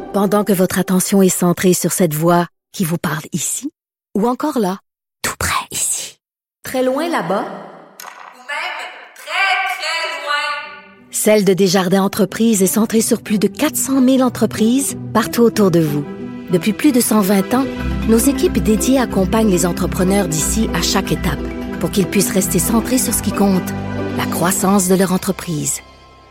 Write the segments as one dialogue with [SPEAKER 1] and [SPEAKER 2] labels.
[SPEAKER 1] Pendant que votre attention est centrée sur cette voix qui vous parle ici, ou encore là, tout près ici, très loin là-bas,
[SPEAKER 2] ou même très, très loin.
[SPEAKER 1] Celle de Desjardins Entreprises est centrée sur plus de 400 000 entreprises partout autour de vous. Depuis plus de 120 ans, nos équipes dédiées accompagnent les entrepreneurs d'ici à chaque étape pour qu'ils puissent rester centrés sur ce qui compte, la croissance de leur entreprise.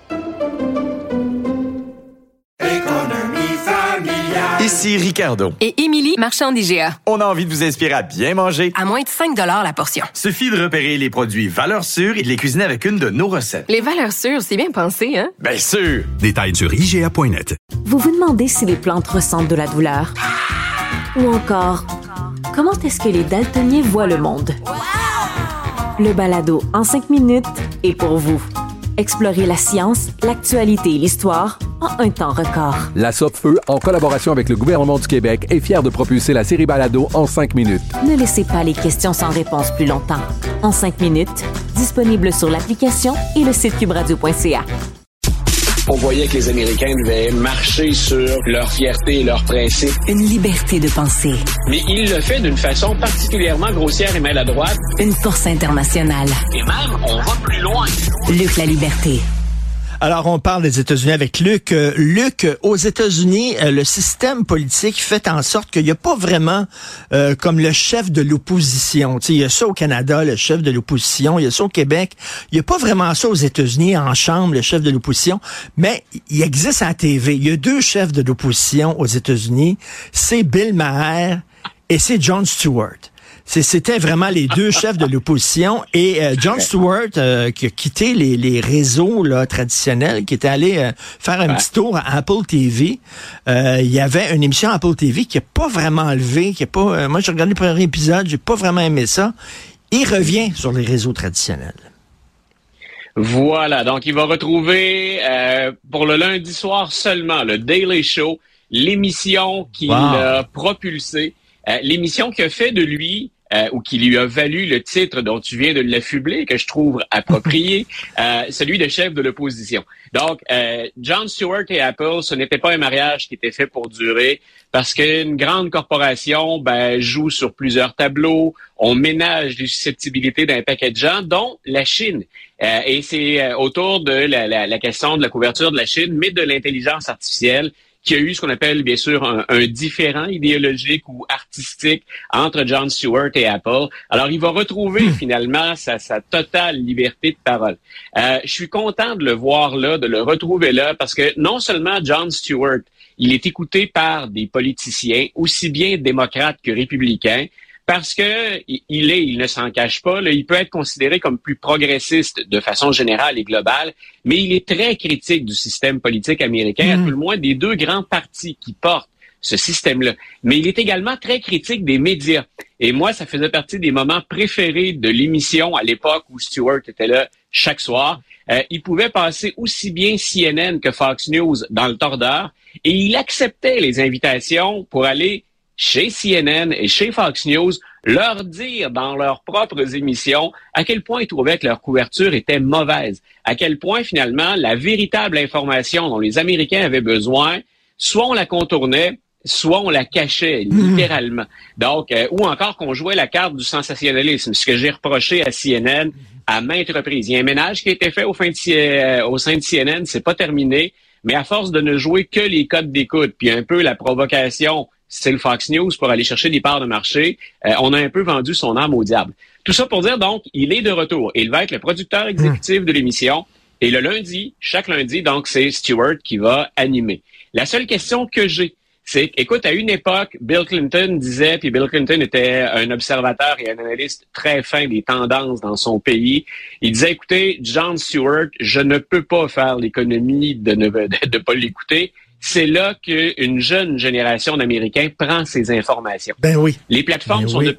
[SPEAKER 3] Ici Ricardo.
[SPEAKER 4] Et Émilie, marchand d'IGA.
[SPEAKER 3] On a envie de vous inspirer à bien manger.
[SPEAKER 4] À moins de 5 $ la portion.
[SPEAKER 3] Suffit de repérer les produits valeurs sûres et de les cuisiner avec une de nos recettes.
[SPEAKER 4] Les valeurs sûres, c'est bien pensé, hein?
[SPEAKER 3] Bien sûr!
[SPEAKER 5] Détails sur IGA.net.
[SPEAKER 6] Vous vous demandez si les plantes ressentent de la douleur? Ou encore, comment est-ce que les daltoniens voient le monde? Le balado en 5 minutes est pour vous. Explorez la science, l'actualité et l'histoire en un temps record.
[SPEAKER 7] La Sopfeu, en collaboration avec le gouvernement du Québec, est fière de propulser la série Balado en 5 minutes.
[SPEAKER 6] Ne laissez pas les questions sans réponse plus longtemps. En 5 minutes, disponible sur l'application et le site cubradio.ca.
[SPEAKER 8] On voyait que les Américains devaient marcher sur leur fierté et leurs principes.
[SPEAKER 6] Une liberté de penser.
[SPEAKER 8] Mais il le fait d'une façon particulièrement grossière et maladroite.
[SPEAKER 6] Une force internationale.
[SPEAKER 8] Et même, on va plus loin.
[SPEAKER 6] Luc la liberté.
[SPEAKER 9] Alors, on parle des États-Unis avec Luc. Luc, aux États-Unis, le système politique fait en sorte qu'il n'y a pas vraiment comme le chef de l'opposition. Tu sais, il y a ça au Canada, le chef de l'opposition. Il y a ça au Québec. Il n'y a pas vraiment ça aux États-Unis, en chambre, le chef de l'opposition. Mais il existe à la TV. Il y a deux chefs de l'opposition aux États-Unis. C'est Bill Maher et c'est Jon Stewart. C'était vraiment les deux chefs de l'opposition. Et Jon Stewart, qui a quitté les réseaux là, traditionnels, qui était allé faire un petit tour à Apple TV. Il y avait une émission Apple TV qui n'a pas vraiment enlevé, qui est pas. Moi, j'ai regardé le premier épisode, j'ai pas vraiment aimé ça. Il revient sur les réseaux traditionnels.
[SPEAKER 8] Voilà, donc il va retrouver pour le lundi soir seulement le Daily Show, l'émission qui l'a propulsé, l'émission qui a fait de lui ou qui lui a valu le titre dont tu viens de l'affubler, que je trouve approprié, celui de chef de l'opposition. Donc, Jon Stewart et Apple, ce n'était pas un mariage qui était fait pour durer, parce qu'une grande corporation joue sur plusieurs tableaux, on ménage les susceptibilités d'un paquet de gens, dont la Chine. Et c'est autour de la question de la couverture de la Chine, mais de l'intelligence artificielle, qui a eu ce qu'on appelle, bien sûr, un différend idéologique ou artistique entre Jon Stewart et Apple. Alors, il va retrouver finalement sa totale liberté de parole. Je suis content de le voir là, de le retrouver là, parce que non seulement Jon Stewart, il est écouté par des politiciens, aussi bien démocrates que républicains, parce que il ne s'en cache pas, là, il peut être considéré comme plus progressiste de façon générale et globale, mais il est très critique du système politique américain, à tout le moins des deux grands partis qui portent ce système-là. Mais il est également très critique des médias. Et moi, ça faisait partie des moments préférés de l'émission à l'époque où Stewart était là chaque soir. Il pouvait passer aussi bien CNN que Fox News dans le tordeur, et il acceptait les invitations pour aller chez CNN et chez Fox News, leur dire dans leurs propres émissions à quel point ils trouvaient que leur couverture était mauvaise, à quel point finalement la véritable information dont les Américains avaient besoin, soit on la contournait, soit on la cachait littéralement. Donc, ou encore qu'on jouait la carte du sensationnalisme, ce que j'ai reproché à CNN à maintes reprises. Il y a un ménage qui a été fait au sein de CNN, c'est pas terminé, mais à force de ne jouer que les codes d'écoute, puis un peu la provocation, c'est le Fox News pour aller chercher des parts de marché, on a un peu vendu son âme au diable. Tout ça pour dire, donc, il est de retour. Il va être le producteur exécutif de l'émission. Et le lundi, chaque lundi, donc, c'est Stewart qui va animer. La seule question que j'ai, c'est, écoute, à une époque, Bill Clinton disait, puis Bill Clinton était un observateur et un analyste très fin des tendances dans son pays. Il disait, écoutez, Jon Stewart, je ne peux pas faire l'économie de ne pas l'écouter. C'est là qu'une jeune génération d'Américains prend ces informations.
[SPEAKER 9] Ben oui.
[SPEAKER 8] Les plateformes sont de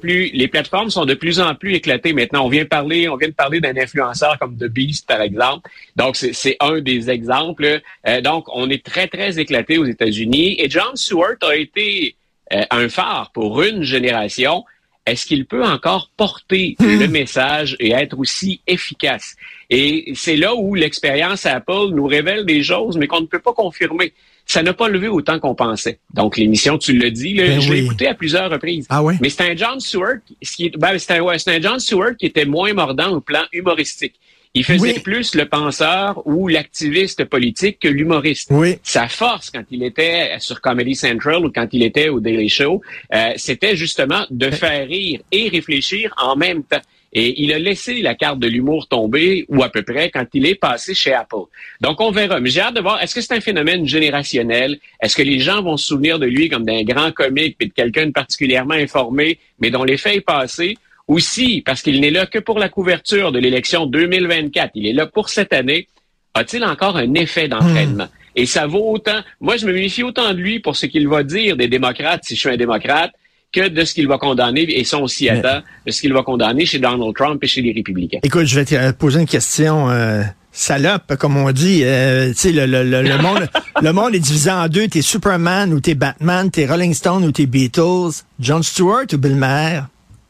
[SPEAKER 8] plus en plus éclatées maintenant. On vient de parler d'un influenceur comme The Beast, par exemple. Donc, c'est un des exemples. Donc, on est très, très éclaté aux États-Unis. Et Jon Stewart a été un phare pour une génération. Est-ce qu'il peut encore porter le message et être aussi efficace? Et c'est là où l'expérience Apple nous révèle des choses, mais qu'on ne peut pas confirmer. ça n'a pas levé autant qu'on pensait. Donc, l'émission, tu l'as dit, là, je l'ai écouté à plusieurs reprises.
[SPEAKER 9] Ah oui?
[SPEAKER 8] Mais c'est un Jon Stewart, c'est un Jon Stewart qui était moins mordant au plan humoristique. Il faisait plus le penseur ou l'activiste politique que l'humoriste.
[SPEAKER 9] Oui.
[SPEAKER 8] Sa force, quand il était sur Comedy Central ou quand il était au Daily Show, c'était justement de faire rire et réfléchir en même temps. Et il a laissé la carte de l'humour tomber, ou à peu près, quand il est passé chez Apple. Donc, on verra. Mais j'ai hâte de voir, est-ce que c'est un phénomène générationnel? Est-ce que les gens vont se souvenir de lui comme d'un grand comique puis de quelqu'un de particulièrement informé, mais dont l'effet est passé? Aussi, parce qu'il n'est là que pour la couverture de l'élection 2024. Il est là pour cette année. A-t-il encore un effet d'entraînement? Et ça vaut autant... Moi, je me méfie autant de lui pour ce qu'il va dire des démocrates, si je suis un démocrate, que de ce qu'il va condamner, et ça on s'y attend, de ce qu'il va condamner chez Donald Trump et chez les républicains.
[SPEAKER 9] Écoute, je vais te poser une question salope, comme on dit. Tu sais, le monde est divisé en deux. T'es Superman ou t'es Batman, t'es Rolling Stone ou t'es Beatles, Jon Stewart ou Bill Maher?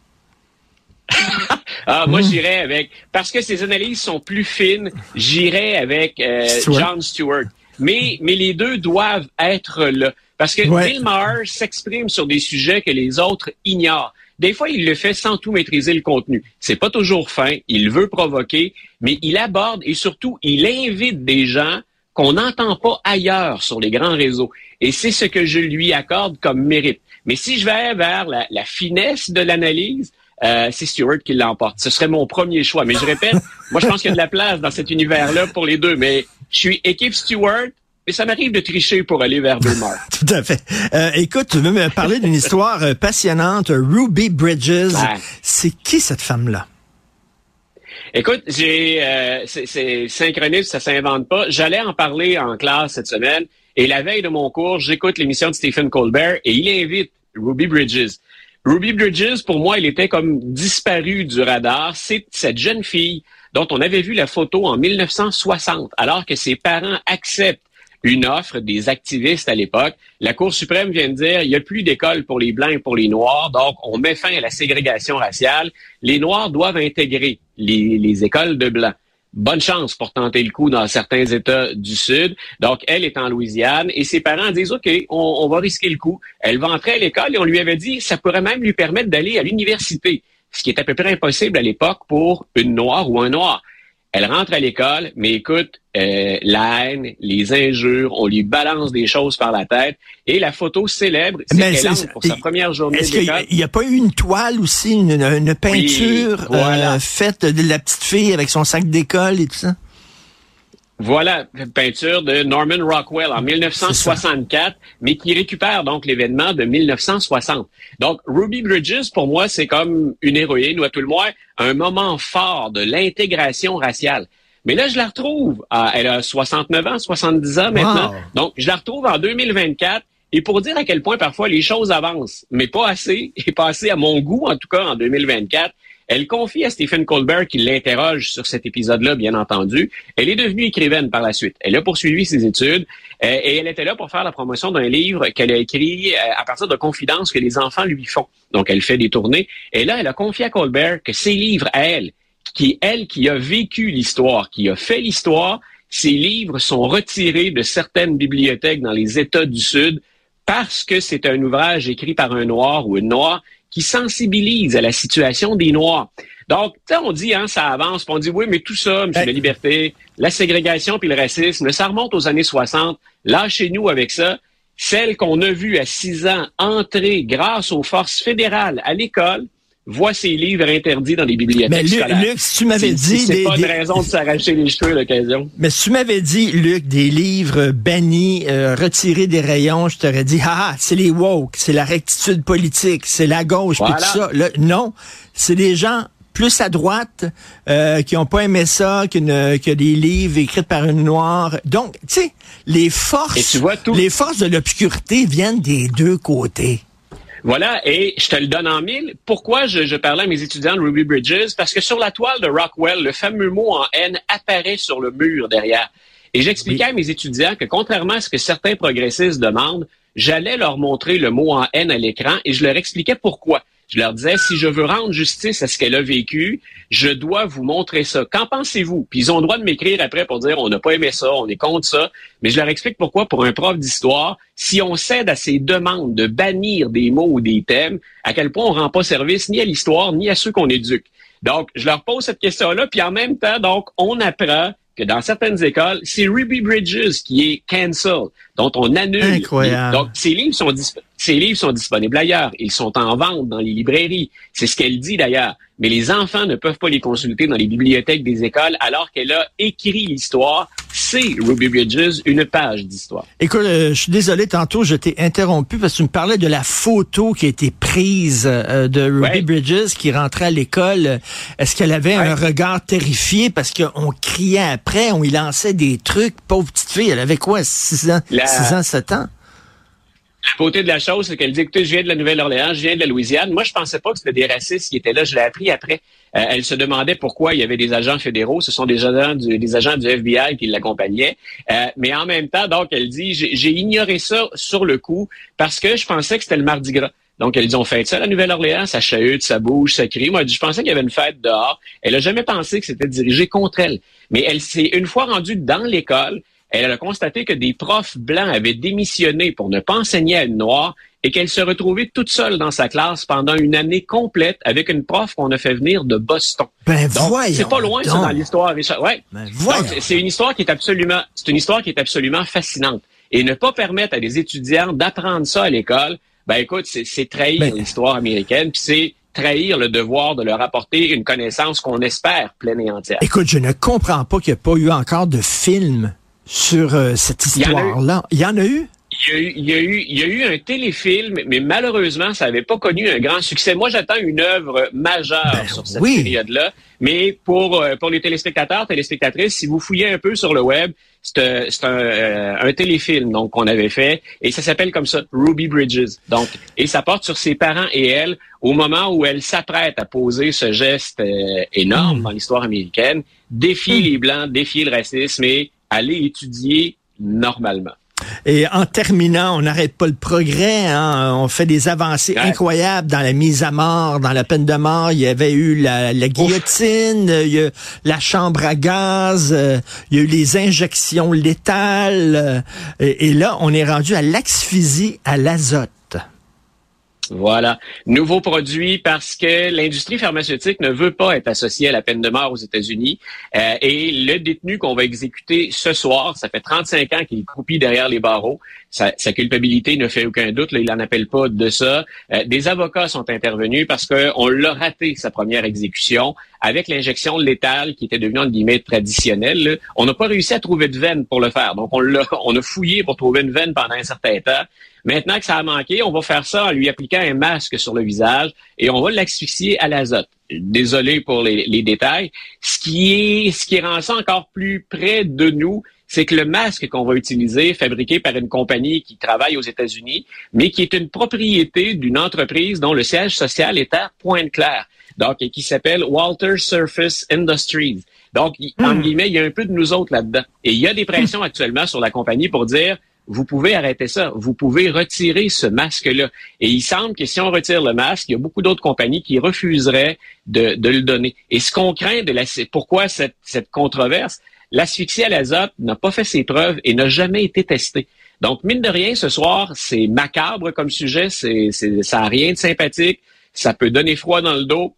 [SPEAKER 8] Moi, j'irais avec... Parce que ses analyses sont plus fines, j'irais avec Jon Stewart. Mais les deux doivent être là. Parce que Bill Maher s'exprime sur des sujets que les autres ignorent. Des fois, il le fait sans tout maîtriser le contenu. C'est pas toujours fin, il veut provoquer, mais il aborde et surtout, il invite des gens qu'on n'entend pas ailleurs sur les grands réseaux. Et c'est ce que je lui accorde comme mérite. Mais si je vais vers la finesse de l'analyse, c'est Stewart qui l'emporte. Ce serait mon premier choix. Mais je répète, moi, je pense qu'il y a de la place dans cet univers-là pour les deux. Mais je suis équipe Stewart. Et ça m'arrive de tricher pour aller vers Bill Maher.
[SPEAKER 9] Tout à fait. Écoute, tu veux me parler d'une histoire passionnante, Ruby Bridges. C'est qui cette femme-là?
[SPEAKER 8] Écoute, c'est synchronisme, ça s'invente pas. J'allais en parler en classe cette semaine et la veille de mon cours, j'écoute l'émission de Stephen Colbert et il invite Ruby Bridges. Ruby Bridges, pour moi, il était comme disparu du radar. C'est cette jeune fille dont on avait vu la photo en 1960, alors que ses parents acceptent une offre des activistes à l'époque. La Cour suprême vient de dire, il n'y a plus d'école pour les Blancs et pour les Noirs, donc on met fin à la ségrégation raciale. Les Noirs doivent intégrer les écoles de Blancs. Bonne chance pour tenter le coup dans certains États du Sud. Donc, elle est en Louisiane et ses parents disent, OK, on va risquer le coup. Elle va entrer à l'école et on lui avait dit, ça pourrait même lui permettre d'aller à l'université, ce qui est à peu près impossible à l'époque pour une Noire ou un Noir. Elle rentre à l'école, mais écoute, la haine, les injures, on lui balance des choses par la tête. Et la photo célèbre, c'est qu'elle entre pour sa première journée d'école.
[SPEAKER 9] Est-ce qu'il n'y a pas eu une toile aussi, une peinture faite de la petite fille avec son sac d'école et tout ça?
[SPEAKER 8] Voilà, peinture de Norman Rockwell en 1964, mais qui récupère donc l'événement de 1960. Donc, Ruby Bridges, pour moi, c'est comme une héroïne, ou à tout le moins, un moment fort de l'intégration raciale. Mais là, je la retrouve, elle a 69 ans, 70 ans maintenant, donc je la retrouve en 2024, et pour dire à quel point parfois les choses avancent, mais pas assez, et pas assez à mon goût, en tout cas en 2024, elle confie à Stephen Colbert qui l'interroge sur cet épisode-là, bien entendu. Elle est devenue écrivaine par la suite. Elle a poursuivi ses études et elle était là pour faire la promotion d'un livre qu'elle a écrit à partir de confidences que les enfants lui font. Donc, elle fait des tournées. Et là, elle a confié à Colbert que ses livres à elle qui a vécu l'histoire, qui a fait l'histoire, ses livres sont retirés de certaines bibliothèques dans les États du Sud parce que c'est un ouvrage écrit par un Noir ou une Noire qui sensibilise à la situation des Noirs. Donc, on dit, ça avance, puis on dit, oui, mais tout ça, M. La Liberté, la ségrégation puis le racisme, ça remonte aux années 60. Lâchez-nous avec ça. Celle qu'on a vue à 6 ans entrer grâce aux forces fédérales à l'école, voit ses livres interdits dans les bibliothèques scolaires.
[SPEAKER 9] Mais Luc, si tu m'avais dit...
[SPEAKER 8] C'est pas une raison de s'arracher les cheveux à l'occasion.
[SPEAKER 9] Mais si tu m'avais dit, Luc, des livres bannis, retirés des rayons, je t'aurais dit, c'est les woke, c'est la rectitude politique, c'est la gauche, puis tout ça. Là, non, c'est des gens plus à droite qui n'ont pas aimé ça, que des livres écrits par une Noire. Donc, tu sais, les forces de l'obscurité viennent des deux côtés.
[SPEAKER 8] Voilà, et je te le donne en mille. Pourquoi je parlais à mes étudiants de Ruby Bridges? Parce que sur la toile de Rockwell, le fameux mot en haine apparaît sur le mur derrière. Et j'expliquais à mes étudiants que contrairement à ce que certains progressistes demandent, j'allais leur montrer le mot en haine à l'écran et je leur expliquais pourquoi. Je leur disais, si je veux rendre justice à ce qu'elle a vécu, je dois vous montrer ça. Qu'en pensez-vous? Puis ils ont le droit de m'écrire après pour dire, on n'a pas aimé ça, on est contre ça. Mais je leur explique pourquoi, pour un prof d'histoire, si on cède à ces demandes de bannir des mots ou des thèmes, à quel point on rend pas service ni à l'histoire, ni à ceux qu'on éduque. Donc, je leur pose cette question-là, puis en même temps, donc, on apprend que dans certaines écoles, c'est Ruby Bridges qui est cancel, dont on annule.
[SPEAKER 9] Incroyable.
[SPEAKER 8] Donc, ces livres sont disponibles ailleurs. Ils sont en vente dans les librairies. C'est ce qu'elle dit d'ailleurs. Mais les enfants ne peuvent pas les consulter dans les bibliothèques des écoles alors qu'elle a écrit l'histoire. C'est Ruby Bridges, une page d'histoire.
[SPEAKER 9] Écoute, je suis désolé, tantôt je t'ai interrompu parce que tu me parlais de la photo qui a été prise de Ruby Bridges qui rentrait à l'école. Est-ce qu'elle avait un regard terrifié parce qu'on criait après, on y lançait des trucs? Pauvre petite fille, elle avait quoi, 6 ans, 7 ans?
[SPEAKER 8] La beauté de la chose, c'est qu'elle dit, écoutez, je viens de la Nouvelle-Orléans, je viens de la Louisiane. Moi, je pensais pas que c'était des racistes qui étaient là. Je l'ai appris après. Elle se demandait pourquoi il y avait des agents fédéraux. Ce sont des agents du FBI qui l'accompagnaient. Mais en même temps, donc, elle dit, j'ai ignoré ça sur le coup parce que je pensais que c'était le Mardi Gras. Donc, elle dit, on fête ça à la Nouvelle-Orléans, ça chahute, ça bouge, ça crie. Moi, elle dit, je pensais qu'il y avait une fête dehors. Elle a jamais pensé que c'était dirigé contre elle. Mais elle s'est, une fois rendue dans l'école, elle a constaté que des profs blancs avaient démissionné pour ne pas enseigner à une noire et qu'elle se retrouvait toute seule dans sa classe pendant une année complète avec une prof qu'on a fait venir de Boston.
[SPEAKER 9] Ben
[SPEAKER 8] donc,
[SPEAKER 9] voyons.
[SPEAKER 8] C'est pas loin, ça, dans l'histoire, Richard. Ouais.
[SPEAKER 9] Ben voyons.
[SPEAKER 8] Donc, c'est une histoire qui est absolument fascinante. Et ne pas permettre à des étudiants d'apprendre ça à l'école, ben écoute, c'est trahir l'histoire américaine, puis c'est trahir le devoir de leur apporter une connaissance qu'on espère pleine et entière.
[SPEAKER 9] Écoute, je ne comprends pas qu'il n'y a pas eu encore de film sur cette histoire-là. Il y en a eu?
[SPEAKER 8] Il y a eu un téléfilm, mais malheureusement, ça n'avait pas connu un grand succès. Moi, j'attends une œuvre majeure sur cette période-là. Mais pour les téléspectatrices, si vous fouillez un peu sur le web, c'est un téléfilm donc qu'on avait fait et ça s'appelle comme ça, Ruby Bridges. Donc, et ça porte sur ses parents et elle au moment où elle s'apprête à poser ce geste énorme dans l'histoire américaine, défier les Blancs, défier le racisme et aller étudier normalement.
[SPEAKER 9] Et en terminant, on n'arrête pas le progrès, hein? On fait des avancées incroyables dans la mise à mort, dans la peine de mort. Il y avait eu la guillotine, il y a la chambre à gaz, il y a eu les injections létales. Et là, on est rendu à l'asphyxie à l'azote.
[SPEAKER 8] Voilà. Nouveau produit parce que l'industrie pharmaceutique ne veut pas être associée à la peine de mort aux États-Unis. Et le détenu qu'on va exécuter ce soir, ça fait 35 ans qu'il croupit derrière les barreaux. Sa culpabilité ne fait aucun doute. Là, il n'en appelle pas de ça. Des avocats sont intervenus parce qu'on l'a raté, sa première exécution, avec l'injection létale qui était devenue, entre guillemets, traditionnelle. Là. On n'a pas réussi à trouver de veine pour le faire. Donc, on a fouillé pour trouver une veine pendant un certain temps. Maintenant que ça a manqué, on va faire ça en lui appliquant un masque sur le visage et on va l'asphyxier à l'azote. Désolé pour les détails. Ce qui rend ça encore plus près de nous, c'est que le masque qu'on va utiliser, fabriqué par une compagnie qui travaille aux États-Unis, mais qui est une propriété d'une entreprise dont le siège social est à Pointe-Claire, donc et qui s'appelle Walter Surface Industries. Donc, en guillemets, il y a un peu de nous autres là-dedans. Et il y a des pressions actuellement sur la compagnie pour dire vous pouvez arrêter ça, vous pouvez retirer ce masque-là. Et il semble que si on retire le masque, il y a beaucoup d'autres compagnies qui refuseraient de le donner. Et ce qu'on craint pourquoi cette controverse, l'asphyxie à l'azote n'a pas fait ses preuves et n'a jamais été testée. Donc, mine de rien, ce soir, c'est macabre comme sujet, ça a rien de sympathique, ça peut donner froid dans le dos.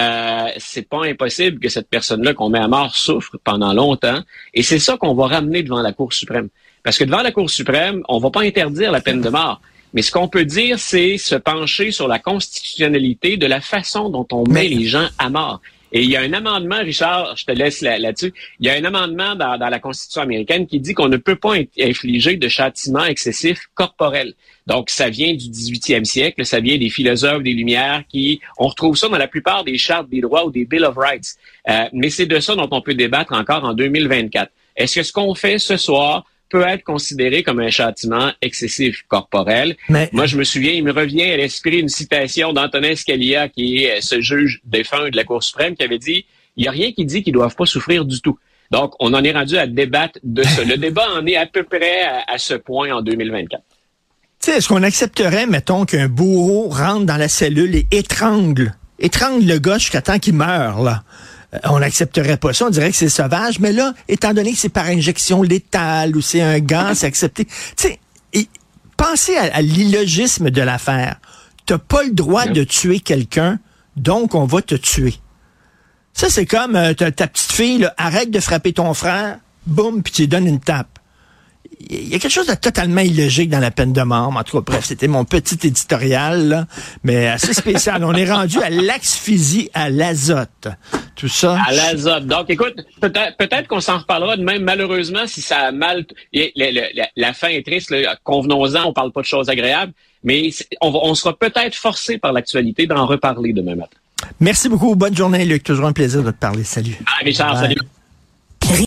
[SPEAKER 8] C'est pas impossible que cette personne-là qu'on met à mort souffre pendant longtemps. Et c'est ça qu'on va ramener devant la Cour suprême. Parce que devant la Cour suprême, on va pas interdire la peine de mort. Mais ce qu'on peut dire, c'est se pencher sur la constitutionnalité de la façon dont on met les gens à mort. Et il y a un amendement, Richard, je te laisse là-dessus, il y a un amendement dans la Constitution américaine qui dit qu'on ne peut pas infliger de châtiments excessifs corporels. Donc, ça vient du 18e siècle, ça vient des philosophes des Lumières on retrouve ça dans la plupart des chartes des droits ou des Bill of Rights. Mais c'est de ça dont on peut débattre encore en 2024. Est-ce que ce qu'on fait ce soir peut être considéré comme un châtiment excessif corporel? Moi, je me souviens, il me revient à l'esprit une citation d'Antonin Scalia, qui est ce juge défunt de la Cour suprême, qui avait dit « Il n'y a rien qui dit qu'ils ne doivent pas souffrir du tout ». Donc, on en est rendu à débattre de ça. Le débat en est à peu près à ce point en 2024.
[SPEAKER 9] Tu sais, est-ce qu'on accepterait, mettons, qu'un bourreau rentre dans la cellule et étrangle le gars jusqu'à temps qu'il meure, là? On n'accepterait pas ça, on dirait que c'est sauvage, mais là, étant donné que c'est par injection létale ou c'est un gant, c'est accepté. Tu sais, pensez à l'illogisme de l'affaire. T'as pas le droit de tuer quelqu'un, donc on va te tuer. Ça, c'est comme ta petite fille, là, arrête de frapper ton frère, boum, puis tu lui donnes une tape. Il y a quelque chose de totalement illogique dans la peine de mort. En tout cas, bref, c'était mon petit éditorial, là, mais assez spécial. On est rendu à l'asphyxie à l'azote. Tout ça.
[SPEAKER 8] À l'azote. Donc, écoute, peut-être qu'on s'en reparlera de même, malheureusement, si ça a mal... La fin est triste, là, convenons-en, on parle pas de choses agréables, mais on sera peut-être forcé par l'actualité d'en reparler demain matin.
[SPEAKER 9] Merci beaucoup. Bonne journée, Luc. Toujours un plaisir de te parler. Salut.
[SPEAKER 8] Richard, salut.